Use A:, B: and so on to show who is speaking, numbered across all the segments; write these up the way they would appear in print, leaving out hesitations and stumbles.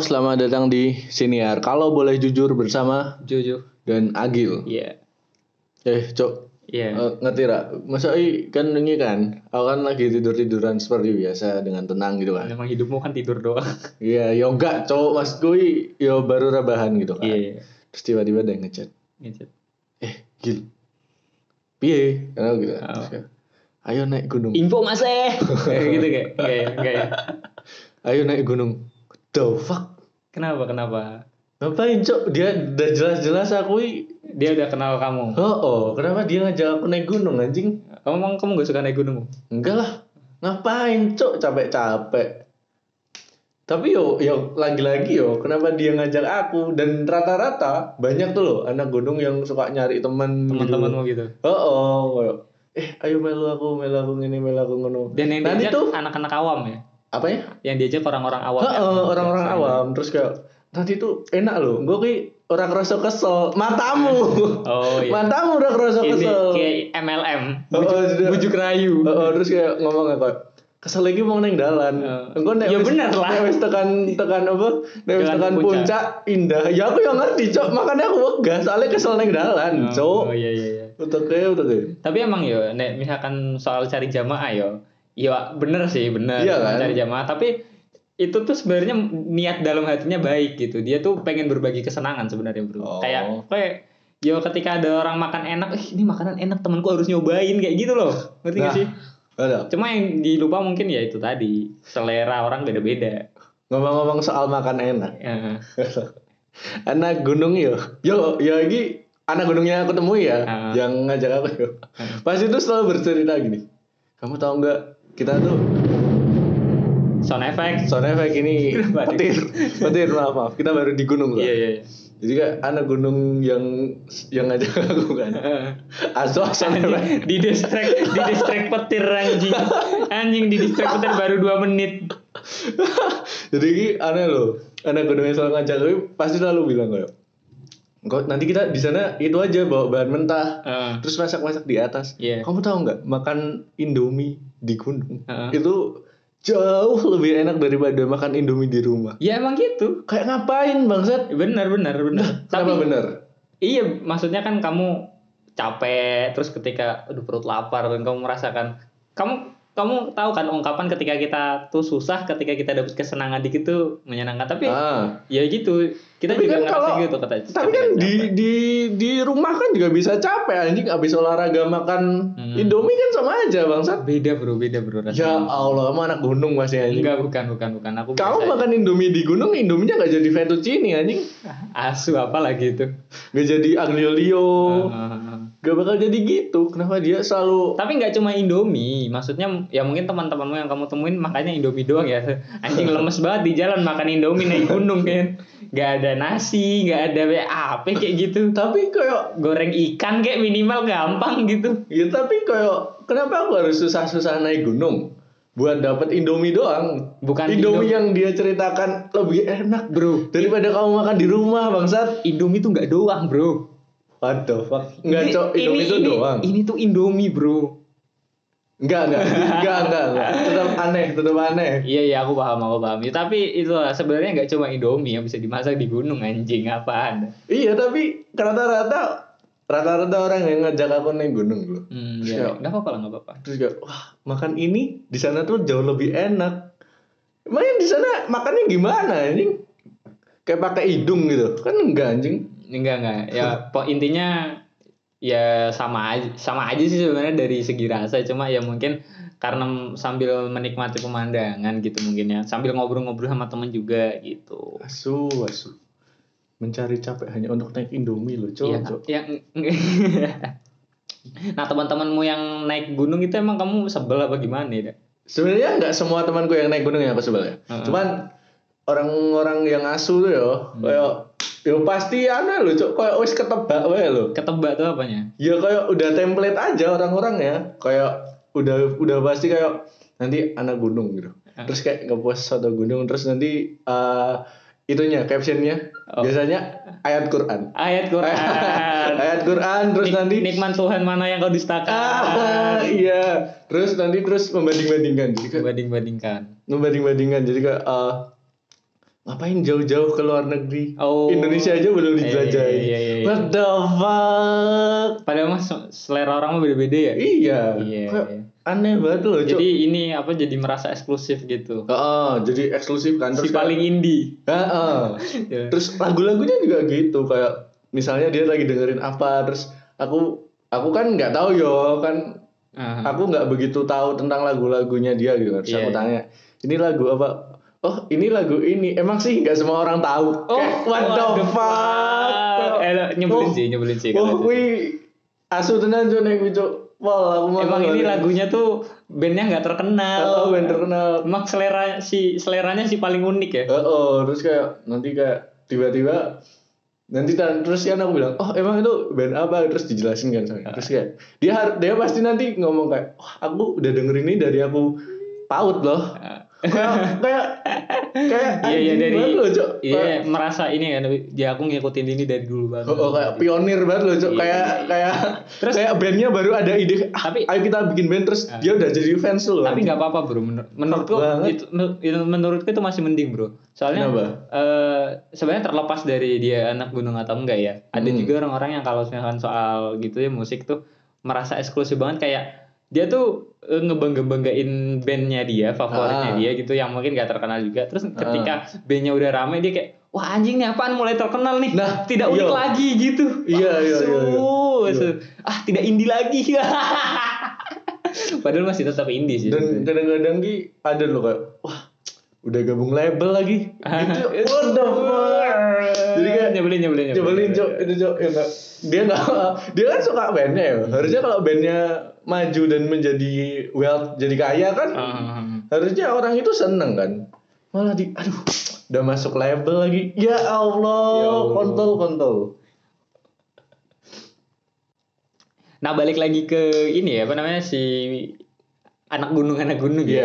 A: selamat datang di Siniar. Kalau boleh jujur bersama
B: Jojo.
A: dan Agil.
B: Iya.
A: Cok.
B: Iya.
A: Ngerti ra? Masa kan ini kan, aku kan lagi tidur-tiduran seperti biasa dengan tenang gitu kan.
B: Memang hidupmu kan tidur doang.
A: Iya, ya enggak, cok. Mas gue yo baru rebahan gitu kan.
B: Iya.
A: Terus tiba-tiba ada yang ngechat.
B: Ngechat.
A: Gil. Piye? Karena gitu.
B: Oh.
A: Terus kayak, ayo naik gunung.
B: Info Mas kayak gitu kayak. Enggak ya.
A: Ayo naik gunung. The fuck?
B: Kenapa?
A: Ngapain, cok? Dia udah jelas-jelas aku
B: Dia udah kenal kamu.
A: kenapa dia ngajak aku naik gunung anjing?
B: Kamu gak suka naik gunung?
A: Enggak lah. Ngapain, cok? Capek-capek. Tapi yo lagi-lagi kenapa dia ngajak aku? Dan rata-rata banyak tuh loh anak gunung yang suka nyari
B: Teman-temanmu gitu.
A: Kayak, ayo melu aku ngini, melu aku ngono.
B: Dan yang diajak tuh anak-anak awam ya?
A: Apa ya?
B: Yang diajak orang-orang awam.
A: Orang-orang awam. Terus kayak nanti tuh enak loh. Gue kayak orang kerasa kesel. Matamu.
B: Oh iya.
A: Matamu udah kerasa kesel.
B: Ini kayak MLM. Bujuk rayu.
A: Terus kayak ngomong apa? Kesel lagi mau neng dalan. Engko nek
B: ya bener lah.
A: Nek wis tekan apa? Nek wis tekan puncak indah. Ya aku yang ngerti, Cok. Makanya aku wegah soalnya kesel neng dalan, Cok.
B: Oh iya.
A: Utek.
B: Tapi emang yo nek misalkan soal cari jamaah ya bener sih,
A: iya, kan?
B: Cari jamaah, tapi itu tuh sebenarnya niat dalam hatinya baik gitu. Dia tuh pengen berbagi kesenangan sebenarnya, Bro. Kayak yo ketika ada orang makan enak, ini makanan enak, temanku harus nyobain kayak gitu loh. Ngerti gak sih?
A: Ada.
B: Cuma yang dilupa mungkin ya itu tadi, selera orang beda-beda.
A: Ngomong-ngomong soal makan enak. Anak gunung yo lagi anak gunungnya aku temui ya, yang ngajak aku yo. Pas itu selalu bercerita gini. Kamu tahu nggak, kita tuh
B: sound effect
A: ini petir maaf kita baru di gunung loh.
B: Iya.
A: Jadi kan anak gunung yang ngajak aku kan.
B: Di distract petir anjing di distract petir baru 2 menit.
A: Jadi aneh loh, anak gunung yang selalu ngajak aku pasti selalu bilang kayak, kok nanti kita di sana itu aja bawa bahan mentah, terus masak di atas. Kamu tahu nggak, makan Indomie di gunung itu jauh lebih enak daripada makan Indomie di rumah.
B: Ya emang gitu.
A: Kayak ngapain bangsat?
B: Benar.
A: Tapi benar.
B: Iya, maksudnya kan kamu capek, terus ketika perut lapar dan kamu merasakan, kamu tahu kan ungkapan ketika kita tuh susah, ketika kita dapat kesenangan dikit tuh menyenangkan. Tapi ya gitu, kita tapi juga kan ngerasa gitu kata.
A: Tapi kan di rumah kan juga bisa capek anjing, abis olahraga makan Indomie kan sama aja bangsat.
B: Beda bro rasanya.
A: Ya Allah, kamu anak gunung masih anjing.
B: Enggak, bukan. Aku
A: kamu makan Indomie di gunung, Indominya gak jadi fettuccine anjing.
B: Asu apa lagi itu?
A: Gak jadi aglio olio. Gak bakal jadi gitu. Kenapa dia selalu?
B: Tapi nggak cuma Indomie, maksudnya ya mungkin teman-temanmu yang kamu temuin makanya Indomie doang ya. Anjing lemes banget di jalan makan Indomie naik gunung kan. Gak ada nasi, gak ada apa kayak gitu. Tapi kayak goreng ikan kayak minimal gampang gitu.
A: Ya tapi kayak kenapa aku harus susah-susah naik gunung buat dapat Indomie doang?
B: Bukan
A: Indomie yang dia ceritakan lebih enak, Bro, daripada kamu makan di rumah, bangsat.
B: Indomie tuh nggak doang, Bro.
A: What the fuck? Enggak, Cok. Indomie itu doang.
B: Ini tuh Indomie, Bro.
A: Enggak. Tetap aneh.
B: Iya, aku paham. Ya, tapi itu sebenarnya nggak cuma Indomie yang bisa dimasak di gunung, anjing, apaan.
A: Iya, tapi rata-rata orang yang ngajak aku naik gunung loh.
B: Iya, enggak apa-apa.
A: Terus kayak, wah, makan ini di sana tuh jauh lebih enak. Emangnya di sana makannya gimana, anjing? Kayak pakai hidung gitu. Kan enggak, anjing.
B: Enggak. Ya, intinya ya sama aja sih sebenarnya dari segi rasa, cuma ya mungkin karena sambil menikmati pemandangan gitu mungkin ya, sambil ngobrol-ngobrol sama temen juga gitu.
A: Asu. Mencari capek hanya untuk naik Indomie loh, Cok.
B: Ya. Nah, teman-temanmu yang naik gunung itu emang kamu sebel apa gimana ya?
A: Sebenarnya enggak semua temanku yang naik gunung yang aku sebel ya. Cuman orang-orang yang asu tuh kayak pasti aneh loh, Cok. Kayak wis ketebak wae loh.
B: Ketebak tuh apanya?
A: Ya kayak udah template aja orang-orang ya. Kayak udah pasti kayak nanti anak gunung gitu. Terus kayak ngepost foto gunung, terus nanti itunya captionnya biasanya ayat Quran. Ayat Quran terus nanti
B: nikmat Tuhan mana yang kau dustakan.
A: Iya. Terus nanti membanding-bandingkan. Jadi
B: membanding-bandingkan.
A: Jadi kayak ngapain jauh-jauh ke luar negeri? Indonesia aja belum dijelajahi.
B: Iya.
A: What the fuck?
B: Padahal mas selera orang mah beda-beda ya.
A: Iya. Aneh banget loh.
B: Jadi ini apa jadi merasa eksklusif gitu.
A: Jadi eksklusif kan.
B: Terus si paling indie.
A: Yeah. Terus lagu-lagunya juga gitu, kayak misalnya dia lagi dengerin apa, terus aku kan nggak tahu kan. Aku nggak begitu tahu tentang lagu-lagunya dia gitu kan. Terus aku tanya, ini lagu apa? Oh ini lagu ini. Emang sih nggak semua orang tahu. Kayak what the fuck.
B: Nyebelin sih.
A: Wih, asu tenan jo nek cuk. Wah,
B: emang ini lagunya tuh bandnya nggak terkenal.
A: Band terkenal.
B: Emang seleranya si paling unik ya.
A: Terus kayak nanti kayak tiba-tiba terus kan aku bilang, oh emang itu band apa, terus dijelasin kan saya. Terus kayak dia pasti nanti ngomong kayak, wah aku udah dengerin ini dari aku PAUD loh. kayak
B: iya dari merasa ini kan ya aku ngikutin ini dari dulu banget.
A: Kayak pionir banget loh cok. Terus kayak bandnya baru ada ide ayo kita bikin band, terus dia udah jadi fans loh.
B: Tapi nggak apa-apa bro, menurutku itu masih mending bro, soalnya sebenarnya terlepas dari dia anak gunung atau enggak ya, ada juga orang-orang yang kalau misalkan soal gitu ya musik tuh merasa eksklusif banget, kayak dia tuh ngebanggain bandnya dia, favoritnya dia gitu, yang mungkin gak terkenal juga. Terus ketika bandnya udah rame dia kayak, wah anjing nih apaan mulai terkenal nih, tidak unik lagi gitu.
A: Iya.
B: Tidak indie lagi. Padahal masih tetap indie sih.
A: Dan kadang-kadang ada loh kayak, wah udah gabung label lagi gitu. What the fuck. Jadi kayak nyebelin cok itu cok. Dia kan suka bandnya ya. Harusnya kalau bandnya maju dan menjadi jadi kaya kan, harusnya orang itu seneng kan. Malah udah masuk label lagi. Ya Allah. Kontol.
B: Nah balik lagi ke ini ya, apa namanya si anak gunung ya.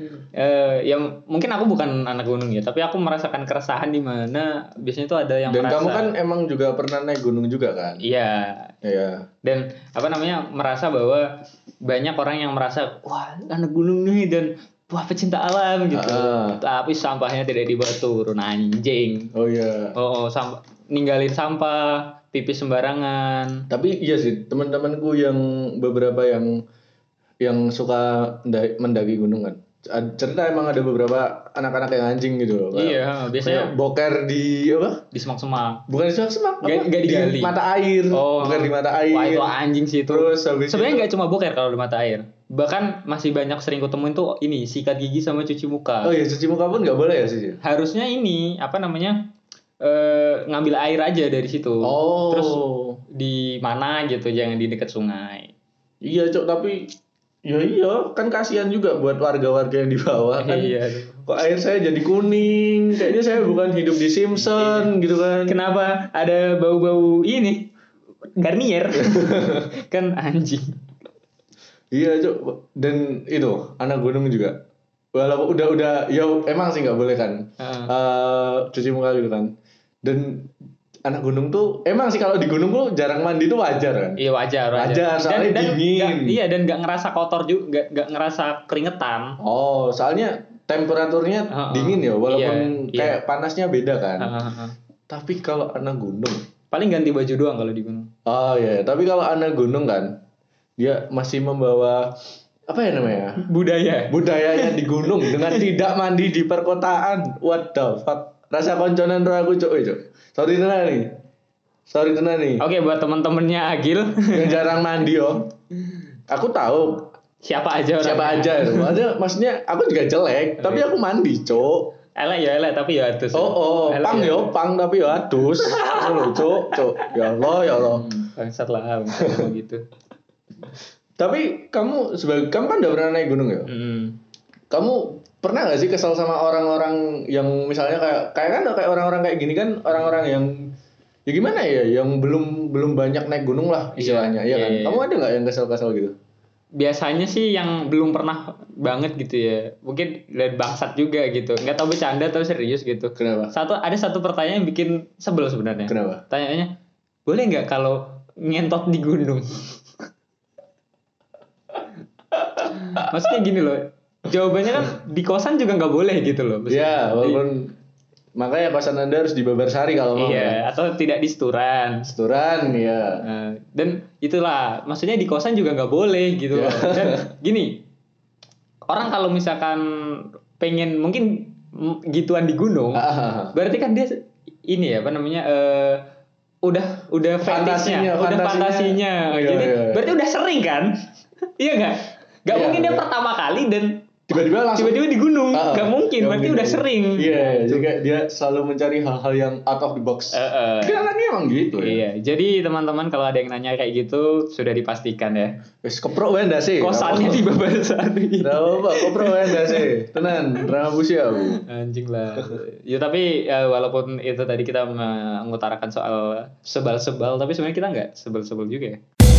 B: Yang mungkin aku bukan anak gunung ya, tapi aku merasakan keresahan di mana biasanya tuh ada yang
A: dan merasa. Dan kamu kan emang juga pernah naik gunung juga kan?
B: Iya. Dan apa namanya merasa bahwa banyak orang yang merasa wah anak gunung nih dan wah pecinta alam gitu. Tapi sampahnya tidak dibawa turun, anjing. Sampah, ninggalin sampah, pipis sembarangan.
A: Tapi iya sih teman-temanku yang beberapa yang suka mendaki gunung kan. Cerita emang ada beberapa anak-anak yang anjing gitu loh.
B: Iya, biasanya
A: boker di apa?
B: Di semak-semak.
A: Bukan di semak-semak.
B: Enggak digali.
A: Di mata air. Boker di mata air.
B: Wah, itu anjing sih itu.
A: Terus
B: sebenarnya enggak cuma boker kalau di mata air. Bahkan masih banyak sering kutemuin tuh ini sikat gigi sama cuci muka.
A: Oh iya, cuci muka pun enggak boleh ya sih.
B: Harusnya ini apa namanya? Ngambil air aja dari situ. Terus di mana gitu, jangan di dekat sungai.
A: Iya, Cok, tapi iya, kan kasihan juga buat warga-warga yang di bawah kan.
B: Iya.
A: Kok air saya jadi kuning? Kayaknya saya bukan hidup di Simpson gitu kan.
B: Kenapa ada bau-bau ini? Garnier. Kan anjing.
A: Iya, Cok. Dan itu anak gunung juga. Walaupun udah ya emang sih enggak boleh kan. Cuci muka gitu kan. Dan anak gunung tuh emang sih kalau di gunung tuh jarang mandi tuh wajar kan?
B: Iya wajar.
A: Soalnya dingin.
B: Dan nggak ngerasa kotor juga, nggak ngerasa keringetan.
A: Soalnya temperaturnya dingin ya, walaupun kayak panasnya beda kan. Tapi kalau anak gunung
B: paling ganti baju doang kalau di gunung.
A: Oh iya, tapi kalau anak gunung kan dia masih membawa apa ya namanya? Budayanya di gunung dengan tidak mandi di perkotaan. What the fuck? Rasa konconan roh aku cok. Sorry tenan nih.
B: Oke, buat teman-temannya Agil
A: yang jarang mandi aku tahu
B: siapa aja
A: orangnya. Maksudnya aku juga jelek, tapi aku mandi, Cok.
B: Elek tapi ya adus.
A: Pang tapi ya adus. Ngono, Cok. Ya Allah.
B: Bangsat lah gitu.
A: Tapi kamu kan udah pernah naik gunung ya? Kamu pernah gak sih kesal sama orang-orang yang misalnya kayak orang-orang kayak gini kan, orang-orang yang ya gimana ya, yang belum banyak naik gunung lah istilahnya, ya kan? Kamu ada nggak yang kesal-kesal gitu?
B: Biasanya sih yang belum pernah banget gitu ya, mungkin dan bangsat juga gitu, nggak tahu bercanda atau serius gitu.
A: Kenapa?
B: Ada satu pertanyaan yang bikin sebel sebenarnya.
A: Kenapa?
B: Tanyaannya, boleh nggak kalau ngentot di gunung? Maksudnya gini loh. Jawabannya kan di kosan juga nggak boleh gitu loh.
A: Iya, walaupun Makanya kosan Anda harus di Babarsari kalau mau.
B: Iya,
A: ya.
B: atau tidak di Seturan.
A: Seturan ya.
B: Dan itulah, maksudnya di kosan juga nggak boleh gitu loh. Dan gini, orang kalau misalkan pengen mungkin gituan di gunung, berarti kan dia ini ya apa namanya udah fantasinya. Jadi berarti udah sering kan? Iya nggak? Nggak mungkin dia pertama kali dan tiba-tiba di gunung, nggak mungkin. Berarti udah sering.
A: Iya, juga dia selalu mencari hal-hal yang out of the box. Karena emang gitu.
B: Iya, jadi teman-teman kalau ada yang nanya kayak gitu sudah dipastikan ya.
A: Wes keprok wae ndak sih.
B: Kosannya di Babarsari.
A: Enggak apa-apa, keprok wae ndak sih. Tenan, Ramabusi aku.
B: Anjing lah. Ya tapi walaupun itu tadi kita mengutarakan soal sebal-sebal, tapi sebenarnya kita nggak sebel-sebel juga ya.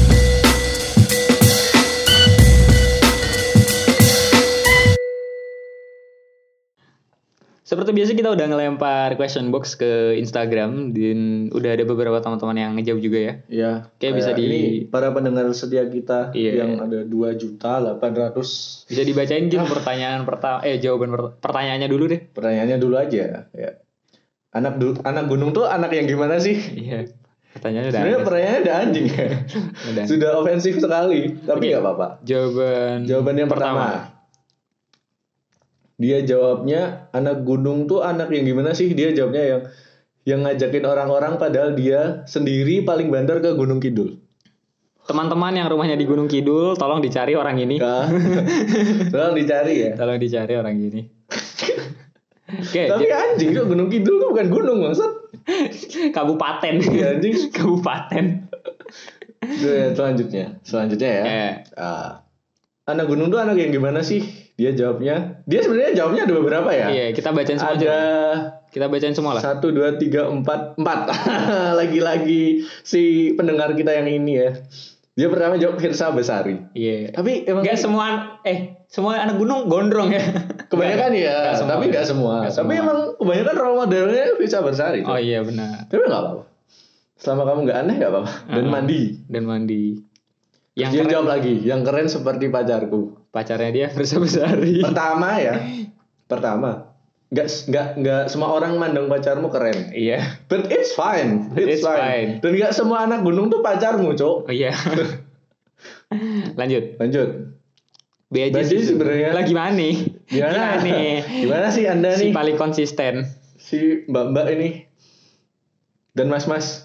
B: Seperti biasa kita udah ngelempar question box ke Instagram dan udah ada beberapa teman-teman yang ngejawab juga ya.
A: Iya.
B: Kayak bisa di
A: ini para pendengar setia kita yang ada 2.800.000.
B: Bisa dibacain gitu pertanyaan pertama jawaban pertanyaannya dulu deh.
A: Pertanyaannya dulu aja ya. Anak gunung tuh anak yang gimana sih?
B: Iya. Pertanyaannya
A: sebenarnya pertanyaannya udah anjing ya. Sudah ofensif sekali, tapi enggak apa-apa. Jawaban yang pertama. Dia jawabnya anak gunung tuh anak yang gimana sih? Dia jawabnya yang ngajakin orang-orang padahal dia sendiri paling banter ke Gunung Kidul.
B: Teman-teman yang rumahnya di Gunung Kidul, tolong dicari orang ini.
A: Tolong dicari ya.
B: Tolong dicari orang ini.
A: Tapi anjing tuh Gunung Kidul tuh bukan gunung maksud.
B: Kabupaten.
A: Ya, anjing.
B: Kabupaten.
A: Selanjutnya ya. Anak gunung tuh anak yang gimana sih? Dia sebenarnya jawabnya ada beberapa ya.
B: Iya, kita bacain semua aja. Kita bacain semua lah.
A: 1, 2, 3, 4 Lagi-lagi si pendengar kita yang ini ya. Dia pertama jawab Firsa Besari.
B: Iya.
A: Tapi emang
B: enggak semua anak gunung gondrong ya.
A: Kebanyakan ya, tapi enggak semua. Tapi emang kebanyakan role modelnya Firsa Besari.
B: Oh iya benar.
A: Tapi enggak apa-apa. Selama kamu enggak aneh enggak apa-apa. Dan mandi. Yang dia jawab lagi, yang keren seperti pacarku.
B: Pacarnya dia Firsa Besari.
A: Pertama. Enggak semua orang mandang pacarmu keren.
B: Iya.
A: But it's fine. It's fine. Dan enggak semua anak gunung tuh pacarmu, Cok.
B: Oh iya. Lanjut.
A: Baji sebenarnya
B: lagi mana nih?
A: Gimana sih Anda nih?
B: Si paling konsisten.
A: Si mbak-mbak ini. Dan mas-mas.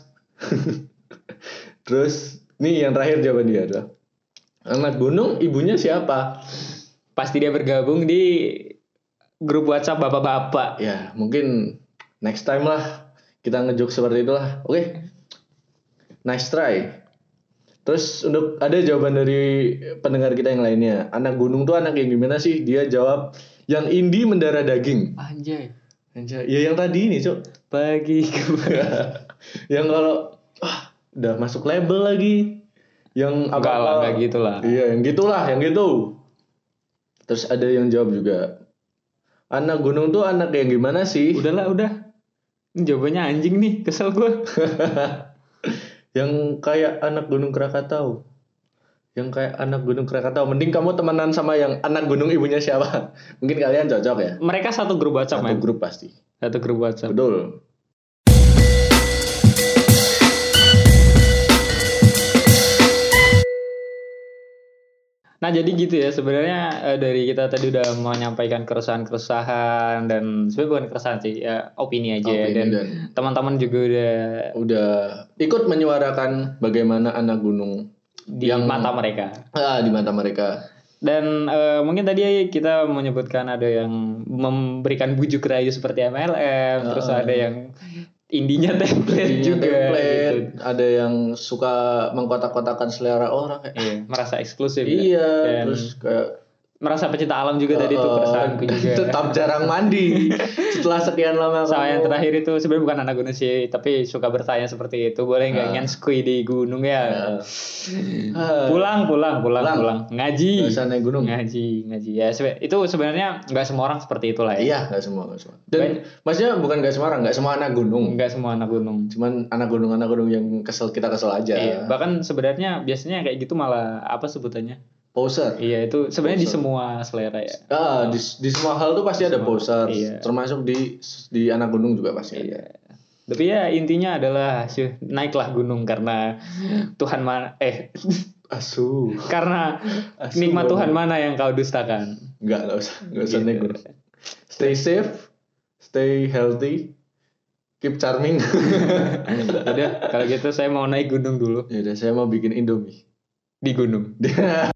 A: Terus nih yang terakhir jawaban dia adalah anak gunung ibunya siapa?
B: Pasti dia bergabung di grup WhatsApp bapak-bapak.
A: Ya mungkin next time lah kita ngejoke seperti itulah. Oke. Nice try. Terus untuk ada jawaban dari pendengar kita yang lainnya. Anak gunung tuh anak yang gimana sih? Dia jawab yang indie mendarah daging.
B: Anjay.
A: Ya yang tadi ini, Cok.
B: Pagi.
A: Yang kalau udah masuk label lagi. Yang apa-apa.
B: Enggak gitulah.
A: Iya, yang gitu. Terus ada yang jawab juga. Anak gunung tuh anak yang gimana sih?
B: Udah. Ini jawabannya anjing nih, kesel gue.
A: Yang kayak anak gunung Krakatau. Mending kamu temenan sama yang anak gunung ibunya siapa? Mungkin kalian cocok ya.
B: Mereka satu grup WhatsApp,
A: Satu grup pasti.
B: Satu grup WhatsApp.
A: Betul.
B: Nah jadi gitu ya sebenarnya dari kita tadi udah menyampaikan keresahan dan sebenarnya bukan keresahan sih ya opini aja dan teman-teman juga
A: udah ikut menyuarakan bagaimana anak gunung
B: di mata mereka.
A: Di mata mereka.
B: Dan mungkin tadi kita menyebutkan ada yang memberikan bujuk rayu seperti MLM, terus ada yang indinya template juga gitu.
A: Ada yang suka mengkotak-kotakan selera orang
B: merasa eksklusif
A: terus kayak
B: merasa pecinta alam juga tadi itu keresahanku juga.
A: Tetap jarang mandi setelah sekian lama.
B: Sama yang terakhir itu sebenarnya bukan anak gunung sih, tapi suka bertanya seperti itu. Boleh nggak ngenskui di gunung ya? Pulang. Ngaji.
A: Naik gunung.
B: Ngaji. Ya itu sebenarnya nggak semua orang seperti itulah ya.
A: Iya, nggak semua. Dan maksudnya bukan nggak semua orang, nggak semua anak gunung.
B: Nggak semua anak gunung.
A: Cuman anak gunung yang kita kesel aja.
B: Iya. Bahkan sebenarnya biasanya kayak gitu malah apa sebutannya?
A: poser.
B: Iya, itu sebenarnya di semua selera ya.
A: Di semua hal tuh pasti ada poser. Iya. Termasuk di anak gunung juga pasti ada.
B: Tapi ya intinya adalah naiklah gunung karena Tuhan karena nikmat Tuhan mana yang kau dustakan.
A: Enggak usah naik gunung. Stay safe, stay healthy, keep charming.
B: Udah, kalau gitu saya mau naik gunung dulu.
A: Ya udah, saya mau bikin Indomie
B: di gunung.